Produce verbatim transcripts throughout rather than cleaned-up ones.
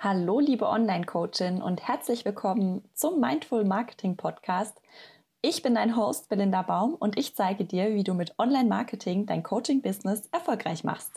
Hallo, liebe Online-Coachin und herzlich willkommen zum Mindful Marketing Podcast. Ich bin dein Host Belinda Baum und ich zeige dir, wie du mit Online-Marketing dein Coaching-Business erfolgreich machst.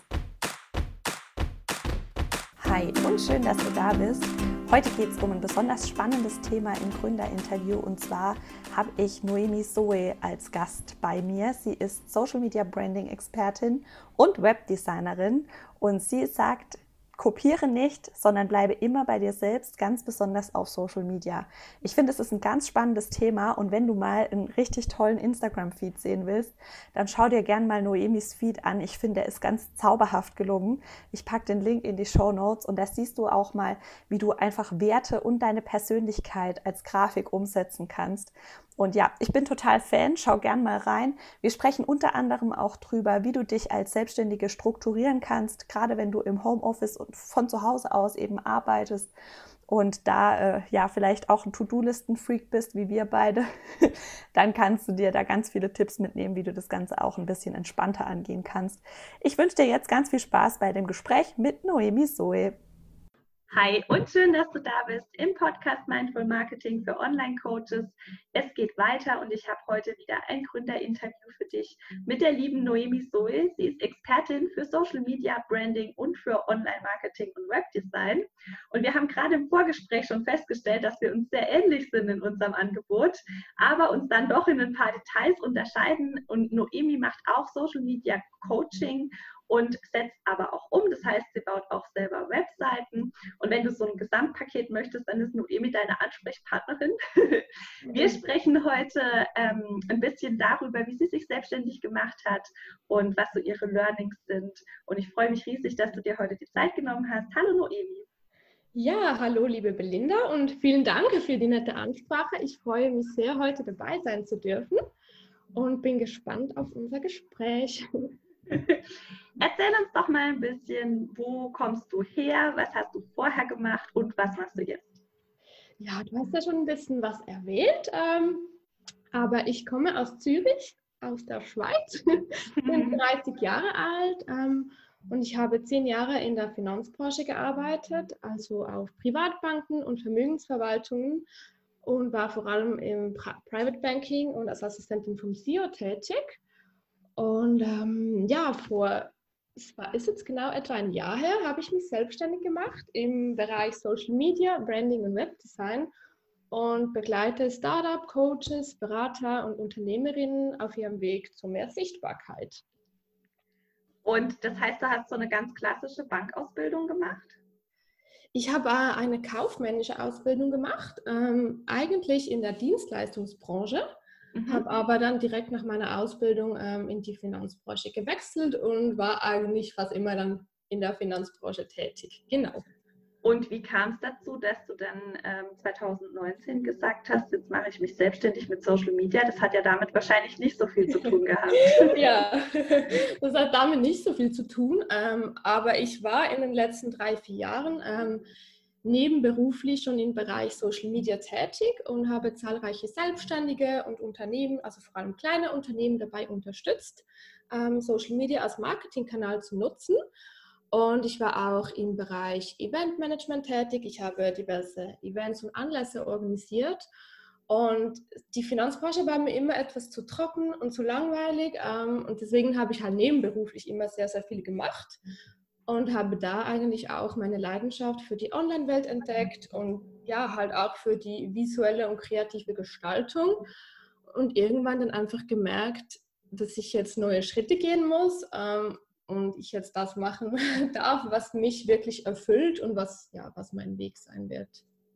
Hi und schön, dass du da bist. Heute geht es um ein besonders spannendes Thema im Gründerinterview und zwar habe ich Noemi Zoe als Gast bei mir. Sie ist Social Media Branding Expertin und Webdesignerin und sie sagt, kopiere nicht, sondern bleibe immer bei dir selbst, ganz besonders auf Social Media. Ich finde, es ist ein ganz spannendes Thema und wenn du mal einen richtig tollen Instagram-Feed sehen willst, dann schau dir gerne mal Noemis Feed an. Ich finde, der ist ganz zauberhaft gelungen. Ich packe den Link in die Shownotes und da siehst du auch mal, wie du einfach Werte und deine Persönlichkeit als Grafik umsetzen kannst. Und ja, ich bin total Fan, schau gern mal rein. Wir sprechen unter anderem auch drüber, wie du dich als Selbstständige strukturieren kannst, gerade wenn du im Homeoffice und von zu Hause aus eben arbeitest und da äh, ja vielleicht auch ein To-Do-Listen-Freak bist, wie wir beide, dann kannst du dir da ganz viele Tipps mitnehmen, wie du das Ganze auch ein bisschen entspannter angehen kannst. Ich wünsche dir jetzt ganz viel Spaß bei dem Gespräch mit Noemi Zoe. Hi und schön, dass du da bist im Podcast Mindful Marketing für Online-Coaches. Es geht weiter und ich habe heute wieder ein Gründerinterview für dich mit der lieben Noemi Zoe. Sie ist Expertin für Social Media, Branding und für Online-Marketing und Webdesign. Und wir haben gerade im Vorgespräch schon festgestellt, dass wir uns sehr ähnlich sind in unserem Angebot, aber uns dann doch in ein paar Details unterscheiden. Und Noemi macht auch Social Media Coaching und setzt aber auch um. Das heißt, sie baut auch selber Webseiten. Und wenn du so ein Gesamtpaket möchtest, dann ist Noemi deine Ansprechpartnerin. Wir sprechen heute ähm, ein bisschen darüber, wie sie sich selbstständig gemacht hat und was so ihre Learnings sind. Und ich freue mich riesig, dass du dir heute die Zeit genommen hast. Hallo Noemi. Ja, hallo liebe Belinda und vielen Dank für die nette Ansprache. Ich freue mich sehr, heute dabei sein zu dürfen und bin gespannt auf unser Gespräch. Erzähl uns doch mal ein bisschen, wo kommst du her, was hast du vorher gemacht und was machst du jetzt? Ja, du hast ja schon ein bisschen was erwähnt, ähm, aber ich komme aus Zürich, aus der Schweiz, bin dreißig Jahre alt ähm, und ich habe zehn Jahre in der Finanzbranche gearbeitet, also auf Privatbanken und Vermögensverwaltungen und war vor allem im Private Banking und als Assistentin vom C E O tätig. Und ähm, ja, vor, es war, ist jetzt genau etwa ein Jahr her, habe ich mich selbstständig gemacht im Bereich Social Media, Branding und Webdesign und begleite Startup, Coaches, Berater und Unternehmerinnen auf ihrem Weg zu mehr Sichtbarkeit. Und das heißt, du hast so eine ganz klassische Bankausbildung gemacht? Ich habe eine kaufmännische Ausbildung gemacht, ähm, eigentlich in der Dienstleistungsbranche. Mhm. Habe aber dann direkt nach meiner Ausbildung ähm, in die Finanzbranche gewechselt und war eigentlich fast immer dann in der Finanzbranche tätig. Genau. Und wie kam es dazu, dass du dann ähm, zwanzig neunzehn gesagt hast, jetzt mache ich mich selbstständig mit Social Media? Das hat ja damit wahrscheinlich nicht so viel zu tun gehabt. Ja, das hat damit nicht so viel zu tun. Ähm, aber ich war in den letzten drei, vier Jahren ähm, nebenberuflich schon im Bereich Social Media tätig und habe zahlreiche Selbstständige und Unternehmen, also vor allem kleine Unternehmen, dabei unterstützt, ähm, Social Media als Marketingkanal zu nutzen. Und ich war auch im Bereich Eventmanagement tätig. Ich habe diverse Events und Anlässe organisiert. Und die Finanzbranche war mir immer etwas zu trocken und zu langweilig. Ähm, und deswegen habe ich halt nebenberuflich immer sehr, sehr viel gemacht. Und habe da eigentlich auch meine Leidenschaft für die Online-Welt entdeckt und ja, halt auch für die visuelle und kreative Gestaltung. Und irgendwann dann einfach gemerkt, dass ich jetzt neue Schritte gehen muss ähm, und ich jetzt das machen darf, was mich wirklich erfüllt und was, ja, was mein Weg sein wird.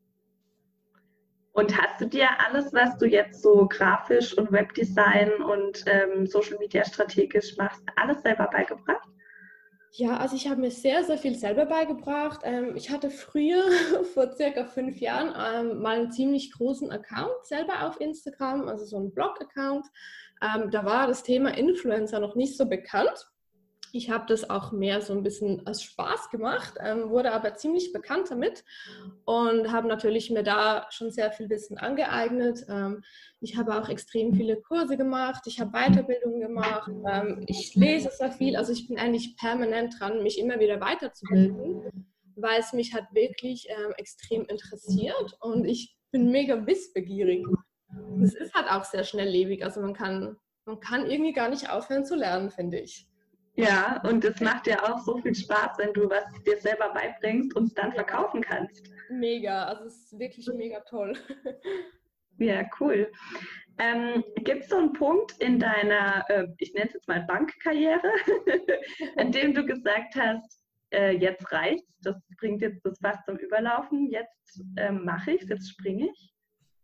Und hast du dir alles, was du jetzt so grafisch und Webdesign und ähm, Social Media strategisch machst, alles selber beigebracht? Ja, also ich habe mir sehr, sehr viel selber beigebracht. Ähm, ich hatte früher, vor circa fünf Jahren, ähm, mal einen ziemlich großen Account selber auf Instagram, also so einen Blog-Account. Ähm, da war das Thema Influencer noch nicht so bekannt. Ich habe das auch mehr so ein bisschen als Spaß gemacht, ähm, wurde aber ziemlich bekannt damit und habe natürlich mir da schon sehr viel Wissen angeeignet. Ähm, ich habe auch extrem viele Kurse gemacht, ich habe Weiterbildungen gemacht, ähm, ich lese sehr viel, also ich bin eigentlich permanent dran, mich immer wieder weiterzubilden. weil es mich halt wirklich ähm, extrem interessiert und ich bin mega wissbegierig. Und es ist halt auch sehr schnelllebig, also man kann, man kann irgendwie gar nicht aufhören zu lernen, finde ich. Ja, und es macht dir auch so viel Spaß, wenn du was dir selber beibringst und es dann verkaufen kannst. Mega, also es ist wirklich mega toll. Ja, cool. Ähm, gibt es so einen Punkt in deiner, äh, ich nenne es jetzt mal Bankkarriere, an dem du gesagt hast, äh, jetzt reicht's, das bringt jetzt das Fass zum Überlaufen, jetzt ähm, mache ich es, jetzt springe ich?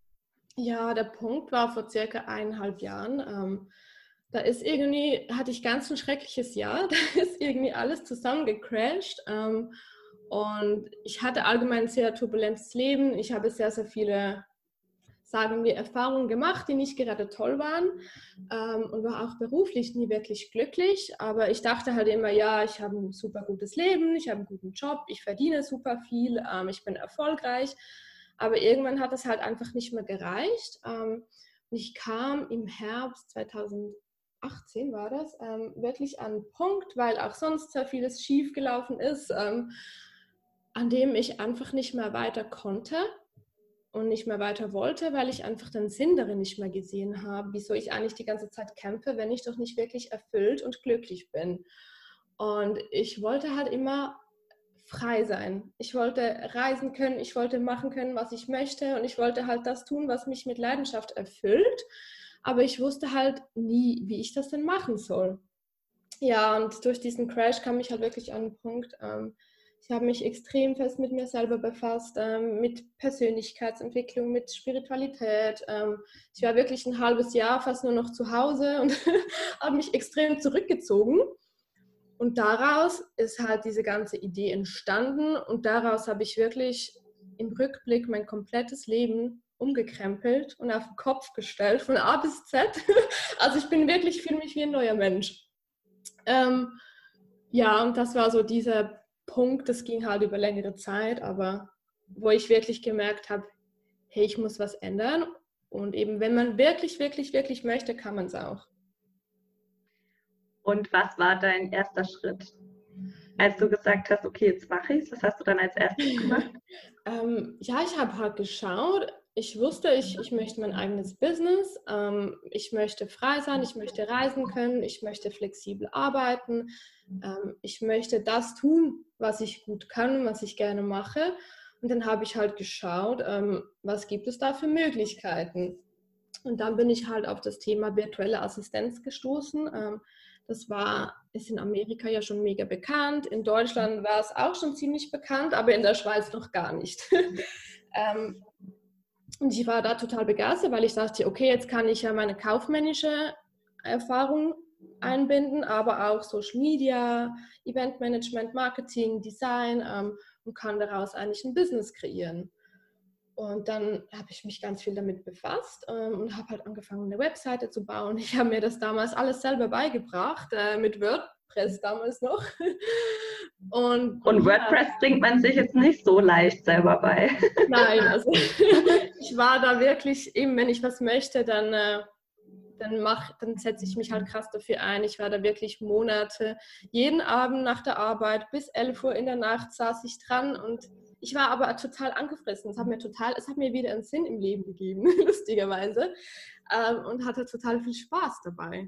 Ja, der Punkt war vor circa eineinhalb Jahren. Ähm, da ist irgendwie, hatte ich ganz ein schreckliches Jahr, da ist irgendwie alles zusammengecrashed. Ähm, und ich hatte allgemein ein sehr turbulentes Leben. Ich habe sehr, sehr viele, sagen wir, Erfahrungen gemacht, die nicht gerade toll waren, ähm, und war auch beruflich nie wirklich glücklich. Aber ich dachte halt immer, ja, ich habe ein super gutes Leben, ich habe einen guten Job, ich verdiene super viel, ähm, ich bin erfolgreich. Aber irgendwann hat das halt einfach nicht mehr gereicht. Ähm, und ich kam im Herbst zweitausendachtzehn, war das, ähm, wirklich an einen Punkt, weil auch sonst sehr vieles schief gelaufen ist, ähm, an dem ich einfach nicht mehr weiter konnte und nicht mehr weiter wollte, weil ich einfach den Sinn darin nicht mehr gesehen habe, wieso ich eigentlich die ganze Zeit kämpfe, wenn ich doch nicht wirklich erfüllt und glücklich bin. Und ich wollte halt immer frei sein. Ich wollte reisen können, ich wollte machen können, was ich möchte und ich wollte halt das tun, was mich mit Leidenschaft erfüllt. Aber ich wusste halt nie, wie ich das denn machen soll. Ja, und durch diesen Crash kam ich halt wirklich an den Punkt, ähm, ich habe mich extrem fest mit mir selber befasst, ähm, mit Persönlichkeitsentwicklung, mit Spiritualität. Ähm, ich war wirklich ein halbes Jahr fast nur noch zu Hause und habe mich extrem zurückgezogen. Und daraus ist halt diese ganze Idee entstanden und daraus habe ich wirklich im Rückblick mein komplettes Leben umgekrempelt und auf den Kopf gestellt, von A bis Z. Also ich bin wirklich, ich fühle mich wie ein neuer Mensch. Ähm, ja, und das war so dieser Punkt, das ging halt über längere Zeit, aber wo ich wirklich gemerkt habe, hey, ich muss was ändern. Und eben, wenn man wirklich, wirklich, wirklich möchte, kann man es auch. Und was war dein erster Schritt? Als du gesagt hast, okay, jetzt mache ich es, was hast du dann als erstes gemacht? ähm, ja, ich habe halt geschaut. Ich wusste, ich, ich möchte mein eigenes Business. Ähm, ich möchte frei sein, ich möchte reisen können, ich möchte flexibel arbeiten. Ähm, ich möchte das tun, was ich gut kann, was ich gerne mache. Und dann habe ich halt geschaut, ähm, was gibt es da für Möglichkeiten. Und dann bin ich halt auf das Thema virtuelle Assistenz gestoßen. Ähm, das war, ist in Amerika ja schon mega bekannt. In Deutschland war es auch schon ziemlich bekannt, aber in der Schweiz noch gar nicht. ähm, und ich war da total begeistert, weil ich dachte, okay, jetzt kann ich ja meine kaufmännische Erfahrung einbinden, aber auch Social Media, Eventmanagement, Marketing, Design, ähm, und kann daraus eigentlich ein Business kreieren. Und dann habe ich mich ganz viel damit befasst ähm, und habe halt angefangen, eine Webseite zu bauen. Ich habe mir das damals alles selber beigebracht, äh, mit WordPress damals noch. Und, und WordPress ja. bringt man sich jetzt nicht so leicht selber bei. Nein, also ich war da wirklich, eben wenn ich was möchte, dann, äh, dann, mach, dann setze ich mich halt krass dafür ein. Ich war da wirklich Monate, jeden Abend nach der Arbeit bis elf Uhr in der Nacht saß ich dran und ich war aber total angefressen. Es hat mir total, es hat mir wieder einen Sinn im Leben gegeben, lustigerweise, ähm, und hatte total viel Spaß dabei.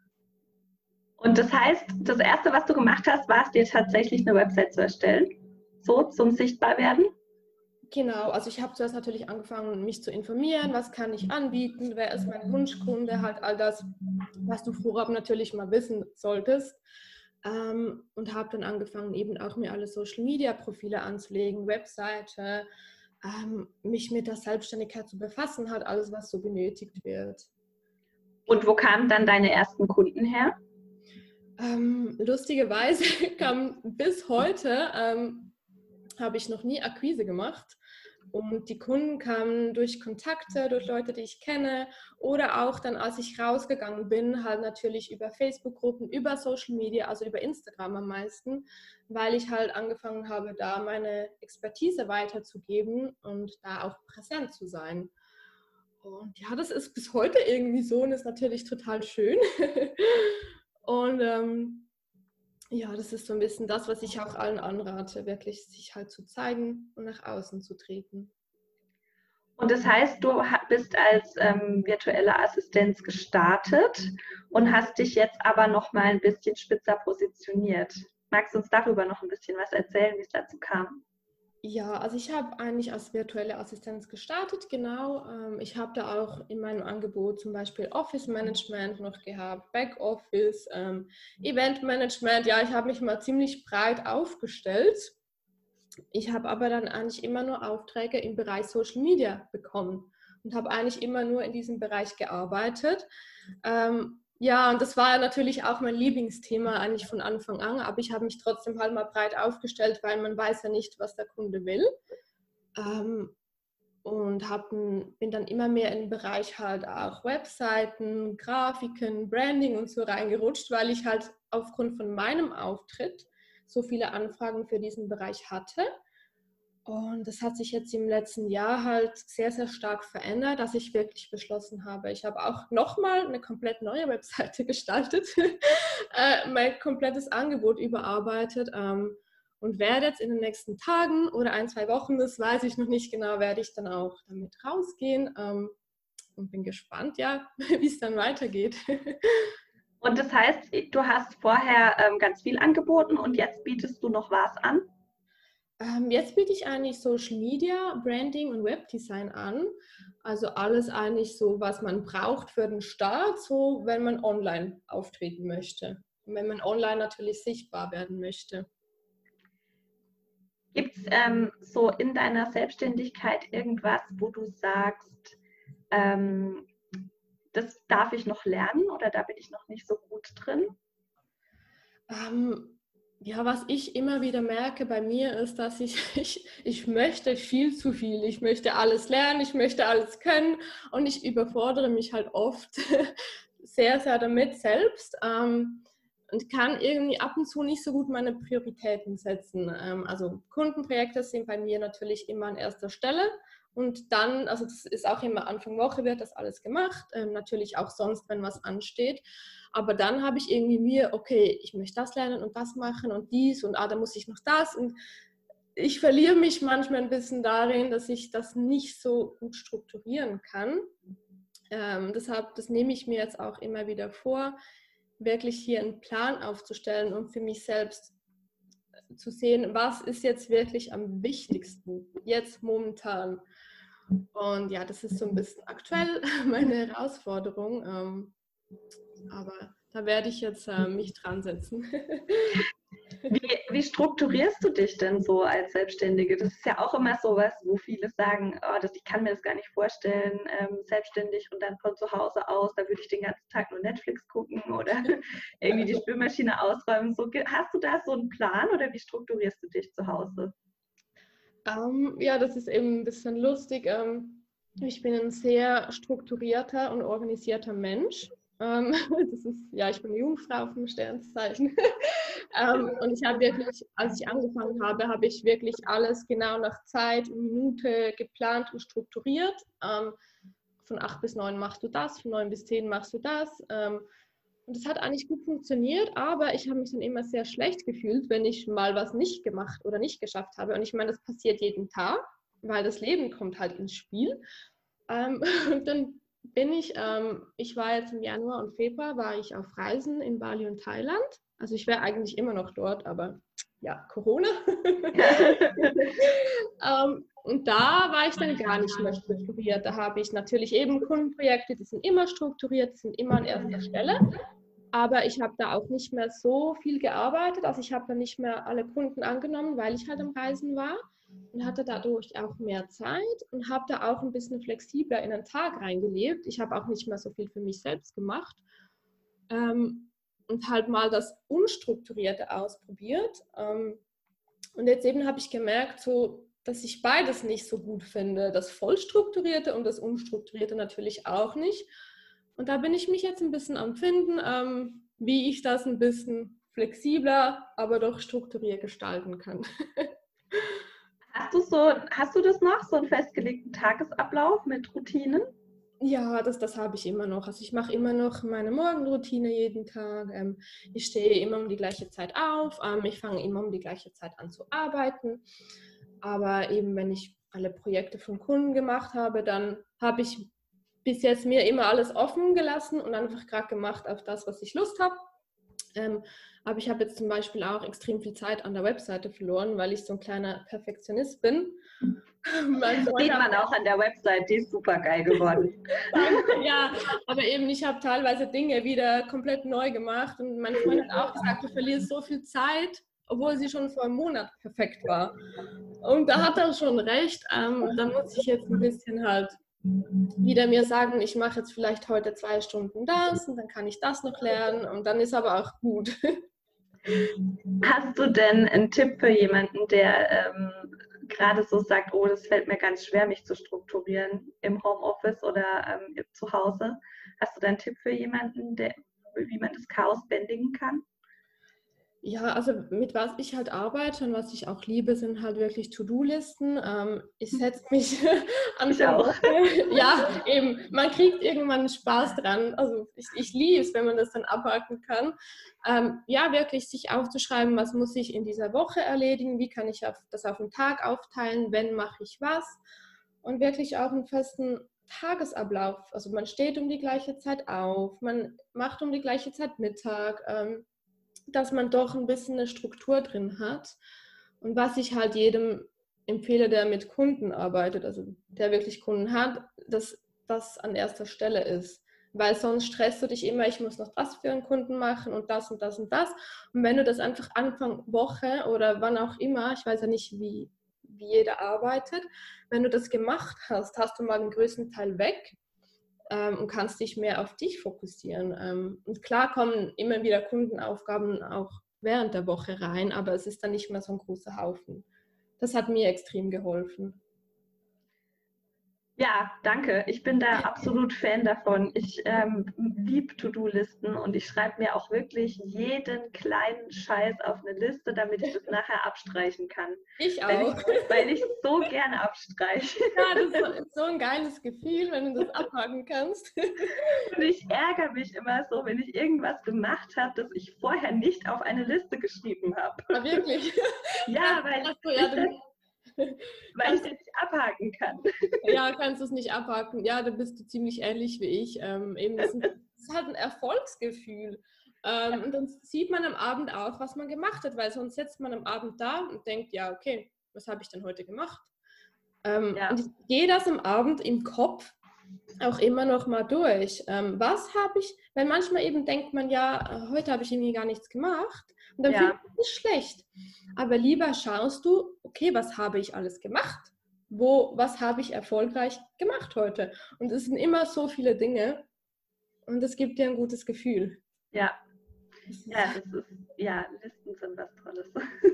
Und das heißt, das Erste, was du gemacht hast, war es dir tatsächlich eine Website zu erstellen, so zum Sichtbarwerden? Genau, also ich habe zuerst natürlich angefangen, mich zu informieren, was kann ich anbieten, wer ist mein Wunschkunde, halt all das, was du vorab natürlich mal wissen solltest. Ähm, und habe dann angefangen, eben auch mir alle Social-Media-Profile anzulegen, Webseite, ähm, mich mit der Selbstständigkeit zu befassen, halt alles, was so benötigt wird. Und wo kamen dann deine ersten Kunden her? Ähm, lustigerweise kam bis heute, ähm, habe ich noch nie Akquise gemacht. Und die Kunden kamen durch Kontakte, durch Leute, die ich kenne oder auch dann, als ich rausgegangen bin, halt natürlich über Facebook-Gruppen, über Social Media, also über Instagram am meisten, weil ich halt angefangen habe, da meine Expertise weiterzugeben und da auch präsent zu sein. Und ja, das ist bis heute irgendwie so und ist natürlich total schön. Und ähm, Ja, das ist so ein bisschen das, was ich auch allen anrate, wirklich sich halt zu zeigen und nach außen zu treten. Und das heißt, du bist als ähm, virtuelle Assistenz gestartet und hast dich jetzt aber noch mal ein bisschen spitzer positioniert. Magst du uns darüber noch ein bisschen was erzählen, wie es dazu kam? Ja, also ich habe eigentlich als virtuelle Assistenz gestartet, genau. Ähm, ich habe da auch in meinem Angebot zum Beispiel Office Management noch gehabt, Backoffice, ähm, Event Management. Ja, ich habe mich mal ziemlich breit aufgestellt. Ich habe aber dann eigentlich immer nur Aufträge im Bereich Social Media bekommen und habe eigentlich immer nur in diesem Bereich gearbeitet. Ähm, ja, und das war natürlich auch mein Lieblingsthema eigentlich von Anfang an, aber ich habe mich trotzdem halt mal breit aufgestellt, weil man weiß ja nicht, was der Kunde will. Ähm, und hab, bin dann immer mehr in den Bereich halt auch Webseiten, Grafiken, Branding und so reingerutscht, weil ich halt aufgrund von meinem Auftritt so viele Anfragen für diesen Bereich hatte. Und das hat sich jetzt im letzten Jahr halt sehr, sehr stark verändert, dass ich wirklich beschlossen habe. Ich habe auch nochmal eine komplett neue Webseite gestaltet, äh, mein komplettes Angebot überarbeitet ähm, und werde jetzt in den nächsten Tagen oder ein, zwei Wochen, das weiß ich noch nicht genau, werde ich dann auch damit rausgehen ähm, und bin gespannt, ja, wie es dann weitergeht. Und das heißt, du hast vorher ähm, ganz viel angeboten und jetzt bietest du noch was an? Ähm, jetzt biete ich eigentlich Social Media, Branding und Webdesign an. Also alles eigentlich so, was man braucht für den Start, so wenn man online auftreten möchte. Und wenn man online natürlich sichtbar werden möchte. Gibt es ähm, so in deiner Selbstständigkeit irgendwas, wo du sagst, ähm, das darf ich noch lernen oder da bin ich noch nicht so gut drin? Ähm, ja, was ich immer wieder merke bei mir ist, dass ich, ich, ich möchte viel zu viel. Ich möchte alles lernen, ich möchte alles können und ich überfordere mich halt oft sehr, sehr damit selbst. Ähm, und kann irgendwie ab und zu nicht so gut meine Prioritäten setzen. Ähm, also Kundenprojekte sind bei mir natürlich immer an erster Stelle. Und dann, also das ist auch immer Anfang Woche wird das alles gemacht, ähm, natürlich auch sonst, wenn was ansteht. Aber dann habe ich irgendwie mir, okay, ich möchte das lernen und das machen und dies und ah, da muss ich noch das. Und ich verliere mich manchmal ein bisschen darin, dass ich das nicht so gut strukturieren kann. Ähm, deshalb, das nehme ich mir jetzt auch immer wieder vor, wirklich hier einen Plan aufzustellen und für mich selbst zu sehen, was ist jetzt wirklich am wichtigsten, jetzt momentan. Und ja, das ist so ein bisschen aktuell meine Herausforderung. Ähm, aber da werde ich jetzt äh, mich dran setzen. Wie, wie strukturierst du dich denn so als Selbstständige? Das ist ja auch immer sowas, wo viele sagen, oh, das, ich kann mir das gar nicht vorstellen, ähm, selbstständig und dann von zu Hause aus, da würde ich den ganzen Tag nur Netflix gucken oder irgendwie die Spülmaschine ausräumen. So, hast du da so einen Plan oder wie strukturierst du dich zu Hause? Ähm, ja, das ist eben ein bisschen lustig. Ähm, ich bin ein sehr strukturierter und organisierter Mensch. Ähm, das ist, ja, ich bin eine Jungfrau auf dem Sternzeichen. ähm, und ich habe wirklich, als ich angefangen habe, habe ich wirklich alles genau nach Zeit und Minute geplant und strukturiert. Ähm, von acht bis neun machst du das, von neun bis zehn machst du das. Ähm, und das hat eigentlich gut funktioniert, aber ich habe mich dann immer sehr schlecht gefühlt, wenn ich mal was nicht gemacht oder nicht geschafft habe. Und ich meine, das passiert jeden Tag, weil das Leben kommt halt ins Spiel. Ähm, und dann bin ich, ähm, ich war jetzt im Januar und Februar, war ich auf Reisen in Bali und Thailand. Also ich wäre eigentlich immer noch dort, aber ja, Corona. ähm, und da war ich dann gar nicht mehr strukturiert. Da habe ich natürlich eben Kundenprojekte, die sind immer strukturiert, die sind immer an erster Stelle. Aber ich habe da auch nicht mehr so viel gearbeitet. Also ich habe dann nicht mehr alle Kunden angenommen, weil ich halt am Reisen war und hatte dadurch auch mehr Zeit und habe da auch ein bisschen flexibler in den Tag reingelebt. Ich habe auch nicht mehr so viel für mich selbst gemacht ähm, und halt mal das Unstrukturierte ausprobiert. Ähm, und jetzt eben habe ich gemerkt, so, dass ich beides nicht so gut finde. Das Vollstrukturierte und das Unstrukturierte natürlich auch nicht. Und da bin ich mich jetzt ein bisschen am Finden, ähm, wie ich das ein bisschen flexibler, aber doch strukturiert gestalten kann. Hast du so, hast du das noch, so einen festgelegten Tagesablauf mit Routinen? Ja, das, das habe ich immer noch. Also ich mache immer noch meine Morgenroutine jeden Tag. Ähm, ich stehe immer um die gleiche Zeit auf. Ähm, ich fange immer um die gleiche Zeit an zu arbeiten. Aber eben, wenn ich alle Projekte von Kunden gemacht habe, dann habe ich bis jetzt mir immer alles offen gelassen und einfach gerade gemacht auf das, was ich Lust habe. Ähm, aber ich habe jetzt zum Beispiel auch extrem viel Zeit an der Webseite verloren, weil ich so ein kleiner Perfektionist bin. Mein Freund sieht man auch an der Website, die ist super geil geworden. Danke, ja, aber eben, ich habe teilweise Dinge wieder komplett neu gemacht und mein Freund hat auch gesagt, du verlierst so viel Zeit, obwohl sie schon vor einem Monat perfekt war. Und da hat er schon recht, ähm, da muss ich jetzt ein bisschen halt wieder mir sagen, ich mache jetzt vielleicht heute zwei Stunden das und dann kann ich das noch lernen und dann ist aber auch gut. Hast du denn einen Tipp für jemanden, der ähm, gerade so sagt, oh, das fällt mir ganz schwer, mich zu strukturieren im Homeoffice oder ähm, zu Hause? Hast du da einen Tipp für jemanden, der, wie man das Chaos bändigen kann? Ja, also mit was ich halt arbeite und was ich auch liebe, sind halt wirklich To-Do-Listen. Ähm, ich setze mich an ich auch. Woche. Ja, eben, man kriegt irgendwann Spaß dran. Also ich, ich liebe es, wenn man das dann abhaken kann. Ähm, ja, wirklich sich aufzuschreiben, was muss ich in dieser Woche erledigen, wie kann ich auf, das auf den Tag aufteilen, wenn mache ich was. Und wirklich auch einen festen Tagesablauf. Also man steht um die gleiche Zeit auf, man macht um die gleiche Zeit Mittag. Ähm, dass man doch ein bisschen eine Struktur drin hat. Und was ich halt jedem empfehle, der mit Kunden arbeitet, also der wirklich Kunden hat, dass das an erster Stelle ist. Weil sonst stresst du dich immer, ich muss noch das für einen Kunden machen und das und das und das. Und wenn du das einfach Anfang Woche oder wann auch immer, ich weiß ja nicht, wie, wie jeder arbeitet, wenn du das gemacht hast, hast du mal den größten Teil weg. Ähm, und kannst dich mehr auf dich fokussieren. Ähm, und klar kommen immer wieder Kundenaufgaben auch während der Woche rein, aber es ist dann nicht mehr so ein großer Haufen. Das hat mir extrem geholfen. Ja, danke. Ich bin da absolut Fan davon. Ich ähm, liebe To-Do-Listen und ich schreibe mir auch wirklich jeden kleinen Scheiß auf eine Liste, damit ich das nachher abstreichen kann. Ich auch. Weil ich, weil ich so gerne abstreiche. Ja, das ist so ein geiles Gefühl, wenn du das abhaken kannst. Und ich ärgere mich immer so, wenn ich irgendwas gemacht habe, das ich vorher nicht auf eine Liste geschrieben habe. Ah, wirklich? Ja, weil so, ja, ich das weil ich das nicht abhaken kann. Ja, kannst du es nicht abhaken. Ja, da bist du ziemlich ähnlich wie ich. Ähm, eben, das, das ist halt ein Erfolgsgefühl. Ähm, und dann sieht man am Abend auch, was man gemacht hat, weil sonst sitzt man am Abend da und denkt, ja, okay, was habe ich denn heute gemacht? Ähm, ja. Und ich gehe das am Abend im Kopf auch immer noch mal durch. Ähm, was habe ich, weil manchmal eben denkt man, ja, heute habe ich irgendwie gar nichts gemacht. Und dann ja. finde ich das schlecht. Aber lieber schaust du, okay, was habe ich alles gemacht? Wo, was habe ich erfolgreich gemacht heute? Und es sind immer so viele Dinge und es gibt dir ein gutes Gefühl. Ja, ja, das ist, ja, Listen sind was Tolles.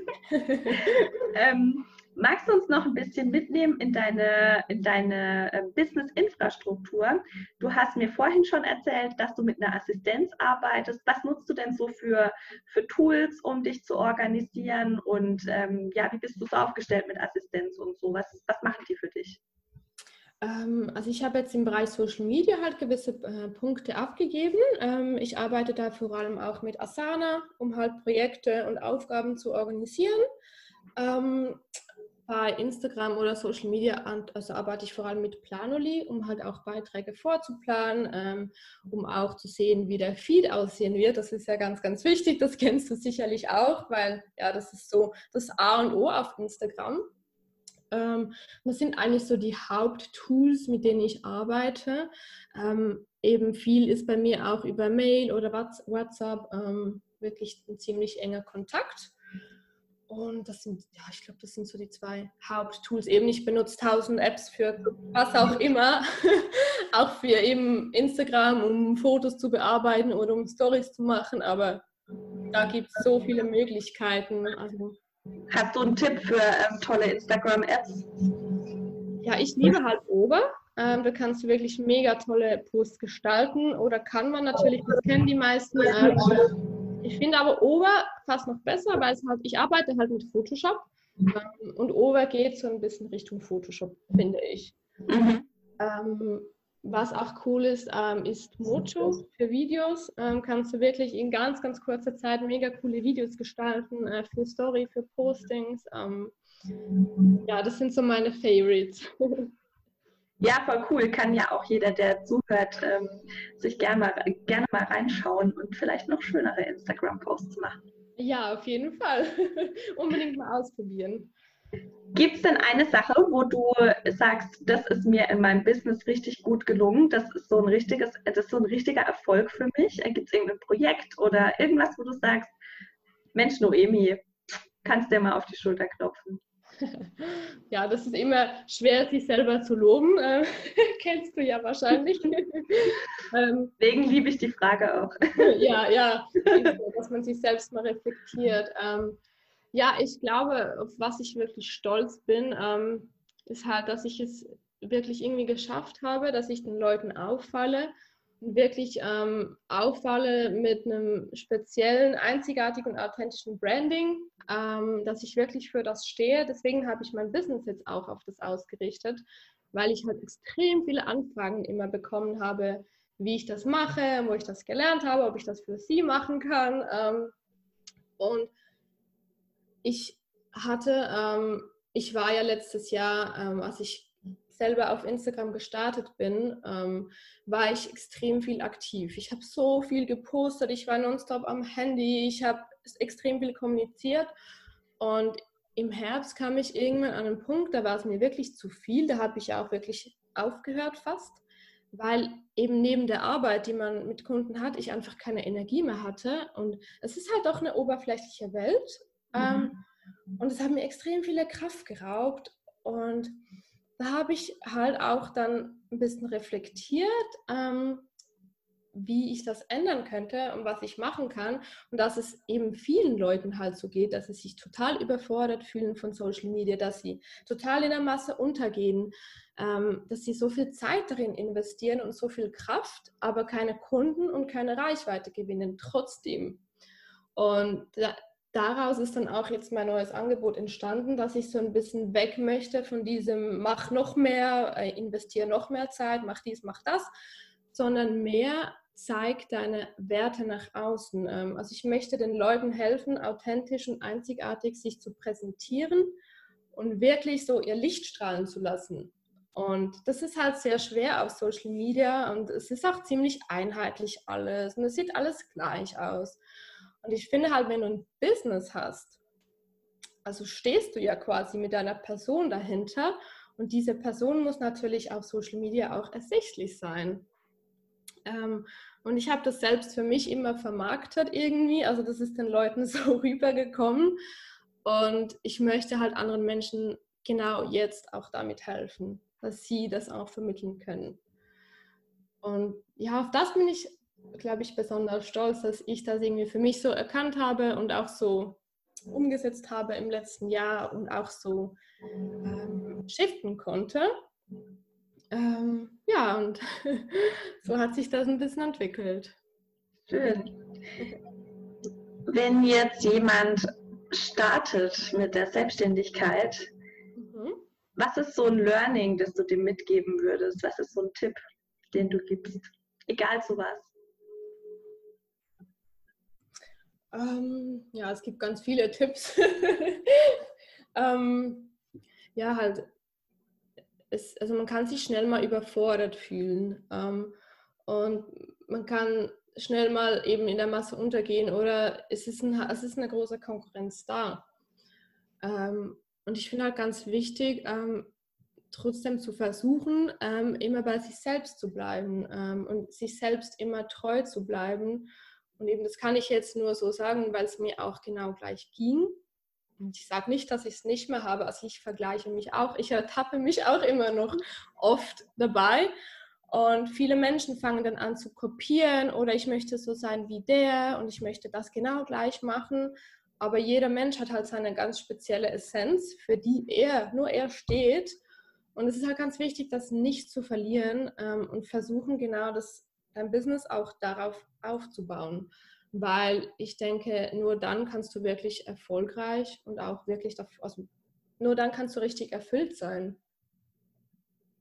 ähm, magst du uns noch ein bisschen mitnehmen in deine, in deine äh, Business-Infrastruktur? Du hast mir vorhin schon erzählt, dass du mit einer Assistenz arbeitest. Was nutzt du denn so für, für Tools, um dich zu organisieren? Und ähm, ja, wie bist du so aufgestellt mit Assistenz und so? Was, was machen die für dich? Also ich habe jetzt im Bereich Social Media halt gewisse äh, Punkte abgegeben. Ähm, ich arbeite da vor allem auch mit Asana, um halt Projekte und Aufgaben zu organisieren. Ähm, bei Instagram oder Social Media also arbeite ich vor allem mit Planoly, um halt auch Beiträge vorzuplanen, ähm, um auch zu sehen, wie der Feed aussehen wird. Das ist ja ganz, ganz wichtig. Das kennst du sicherlich auch, weil ja, das ist so das A und O auf Instagram. Ähm, das sind eigentlich so die Haupttools, mit denen ich arbeite. Ähm, eben viel ist bei mir auch über Mail oder WhatsApp ähm, wirklich ein ziemlich enger Kontakt. Und das sind, ja, ich glaube, das sind so die zwei Haupttools. Eben, ich benutze tausend Apps für was auch immer. Auch für eben Instagram, um Fotos zu bearbeiten oder um Stories zu machen. Aber da gibt es so viele Möglichkeiten. Also, hast du einen Tipp für ähm, tolle Instagram-Apps? Ja, ich liebe halt Over. Ähm, da kannst du wirklich mega tolle Posts gestalten. Oder kann man natürlich, das kennen die meisten. Ähm, ich finde aber Over fast noch besser, weil es halt, ich arbeite halt mit Photoshop. Ähm, und Over geht so ein bisschen Richtung Photoshop, finde ich. Mhm. Ähm, was auch cool ist, ähm, ist Mojo für Videos. Ähm, kannst du wirklich in ganz, ganz kurzer Zeit mega coole Videos gestalten, äh, für Story, für Postings. Ähm, ja, das sind so meine Favorites. Ja, voll cool. Kann ja auch jeder, der zuhört, ähm, sich gerne mal, gerne mal reinschauen und vielleicht noch schönere Instagram-Posts machen. Ja, auf jeden Fall. Unbedingt mal ausprobieren. Gibt es denn eine Sache, wo du sagst, das ist mir in meinem Business richtig gut gelungen, das ist so ein richtiges, das ist so ein richtiger Erfolg für mich? Gibt es irgendein Projekt oder irgendwas, wo du sagst, Mensch, Noemi, kannst dir mal auf die Schulter klopfen? Ja, das ist immer schwer, sich selber zu loben. Äh, kennst du ja wahrscheinlich. ähm, Deswegen liebe ich die Frage auch. ja, ja, dass man sich selbst mal reflektiert. Ähm, ja, ich glaube, auf was ich wirklich stolz bin, ähm, ist halt, dass ich es wirklich irgendwie geschafft habe, dass ich den Leuten auffalle und wirklich ähm, auffalle mit einem speziellen, einzigartigen und authentischen Branding, ähm, dass ich wirklich für das stehe. Deswegen habe ich mein Business jetzt auch auf das ausgerichtet, weil ich halt extrem viele Anfragen immer bekommen habe, wie ich das mache, wo ich das gelernt habe, ob ich das für sie machen kann. Ähm, und ich hatte, ähm, ich war ja letztes Jahr, ähm, als ich selber auf Instagram gestartet bin, ähm, war ich extrem viel aktiv. Ich habe so viel gepostet, ich war nonstop am Handy, ich habe extrem viel kommuniziert und im Herbst kam ich irgendwann an einen Punkt, da war es mir wirklich zu viel, da habe ich ja auch wirklich aufgehört fast, weil eben neben der Arbeit, die man mit Kunden hat, ich einfach keine Energie mehr hatte und es ist halt doch eine oberflächliche Welt. Mhm. Ähm, und es hat mir extrem viel Kraft geraubt und da habe ich halt auch dann ein bisschen reflektiert, ähm, wie ich das ändern könnte und was ich machen kann und dass es eben vielen Leuten halt so geht, dass sie sich total überfordert fühlen von Social Media, dass sie total in der Masse untergehen, ähm, dass sie so viel Zeit darin investieren und so viel Kraft, aber keine Kunden und keine Reichweite gewinnen trotzdem. Und da, daraus ist dann auch jetzt mein neues Angebot entstanden, dass ich so ein bisschen weg möchte von diesem mach noch mehr, äh, investiere noch mehr Zeit, mach dies, mach das, sondern mehr zeig deine Werte nach außen. Ähm, also ich möchte den Leuten helfen, authentisch und einzigartig sich zu präsentieren und wirklich so ihr Licht strahlen zu lassen. Und das ist halt sehr schwer auf Social Media und es ist auch ziemlich einheitlich alles und es sieht alles gleich aus. Und ich finde halt, wenn du ein Business hast, also stehst du ja quasi mit deiner Person dahinter und diese Person muss natürlich auf Social Media auch ersichtlich sein. Ähm, und ich habe das selbst für mich immer vermarktet irgendwie, also das ist den Leuten so rübergekommen und ich möchte halt anderen Menschen genau jetzt auch damit helfen, dass sie das auch vermitteln können. Und ja, auf das bin ich, glaube ich, besonders stolz, dass ich das irgendwie für mich so erkannt habe und auch so umgesetzt habe im letzten Jahr und auch so ähm, shiften konnte. Ähm, ja, und so hat sich das ein bisschen entwickelt. Schön. Wenn jetzt jemand startet mit der Selbstständigkeit, mhm. was ist so ein Learning, das du dem mitgeben würdest? Was ist so ein Tipp, den du gibst? Egal zu was. Ähm, ja, es gibt ganz viele Tipps. ähm, ja, halt, es, also man kann sich schnell mal überfordert fühlen ähm, und man kann schnell mal eben in der Masse untergehen oder es ist, ein, es ist eine große Konkurrenz da. Ähm, und ich finde halt ganz wichtig, ähm, trotzdem zu versuchen, ähm, immer bei sich selbst zu bleiben ähm, und sich selbst immer treu zu bleiben. Und eben das kann ich jetzt nur so sagen, weil es mir auch genau gleich ging. Und ich sage nicht, dass ich es nicht mehr habe, also ich vergleiche mich auch, ich ertappe mich auch immer noch oft dabei. Und viele Menschen fangen dann an zu kopieren oder ich möchte so sein wie der und ich möchte das genau gleich machen. Aber jeder Mensch hat halt seine ganz spezielle Essenz, für die er, nur er steht. Und es ist halt ganz wichtig, das nicht zu verlieren ähm, und versuchen genau das, dein Business auch darauf aufzubauen. Weil ich denke, nur dann kannst du wirklich erfolgreich und auch wirklich, also nur dann kannst du richtig erfüllt sein.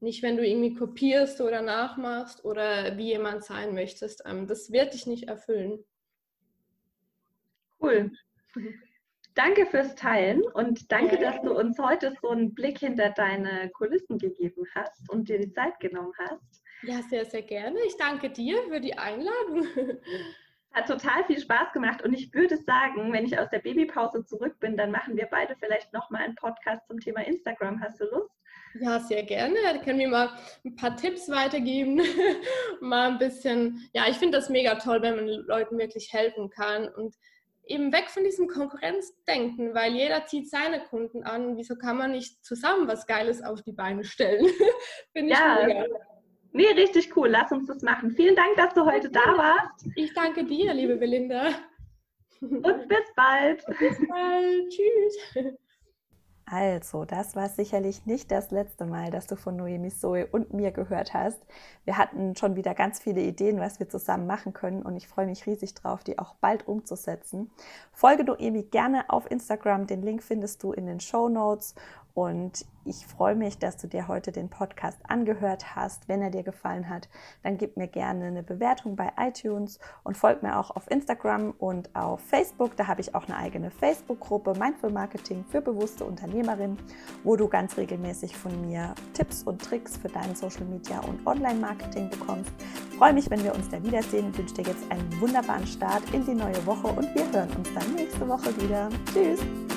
Nicht, wenn du irgendwie kopierst oder nachmachst oder wie jemand sein möchtest. Ähm, das wird dich nicht erfüllen. Cool. Danke fürs Teilen und danke, dass du uns heute so einen Blick hinter deine Kulissen gegeben hast und dir die Zeit genommen hast. Ja, sehr, sehr gerne. Ich danke dir für die Einladung. Hat total viel Spaß gemacht und ich würde sagen, wenn ich aus der Babypause zurück bin, dann machen wir beide vielleicht nochmal einen Podcast zum Thema Instagram. Hast du Lust? Ja, sehr gerne. Da können wir mal ein paar Tipps weitergeben. Mal ein bisschen, ja, ich finde das mega toll, wenn man Leuten wirklich helfen kann und eben weg von diesem Konkurrenzdenken, weil jeder zieht seine Kunden an. Wieso kann man nicht zusammen was Geiles auf die Beine stellen? Finde ich ja. mega. Nee, richtig cool. Lass uns das machen. Vielen Dank, dass du heute da warst. Ich danke dir, liebe Belinda. Und bis bald. Bis bald. Tschüss. Also, das war sicherlich nicht das letzte Mal, dass du von Noemi Zoe und mir gehört hast. Wir hatten schon wieder ganz viele Ideen, was wir zusammen machen können und ich freue mich riesig drauf, die auch bald umzusetzen. Folge Noemi gerne auf Instagram, den Link findest du in den Shownotes und ich freue mich, dass du dir heute den Podcast angehört hast. Wenn er dir gefallen hat, dann gib mir gerne eine Bewertung bei iTunes und folg mir auch auf Instagram und auf Facebook. Da habe ich auch eine eigene Facebook-Gruppe Mindful Marketing für bewusste Unternehmerinnen, wo du ganz regelmäßig von mir Tipps und Tricks für dein Social Media und Online-Marketing bekommst. Ich freue mich, wenn wir uns da wiedersehen. Ich wünsche dir jetzt einen wunderbaren Start in die neue Woche und wir hören uns dann nächste Woche wieder. Tschüss!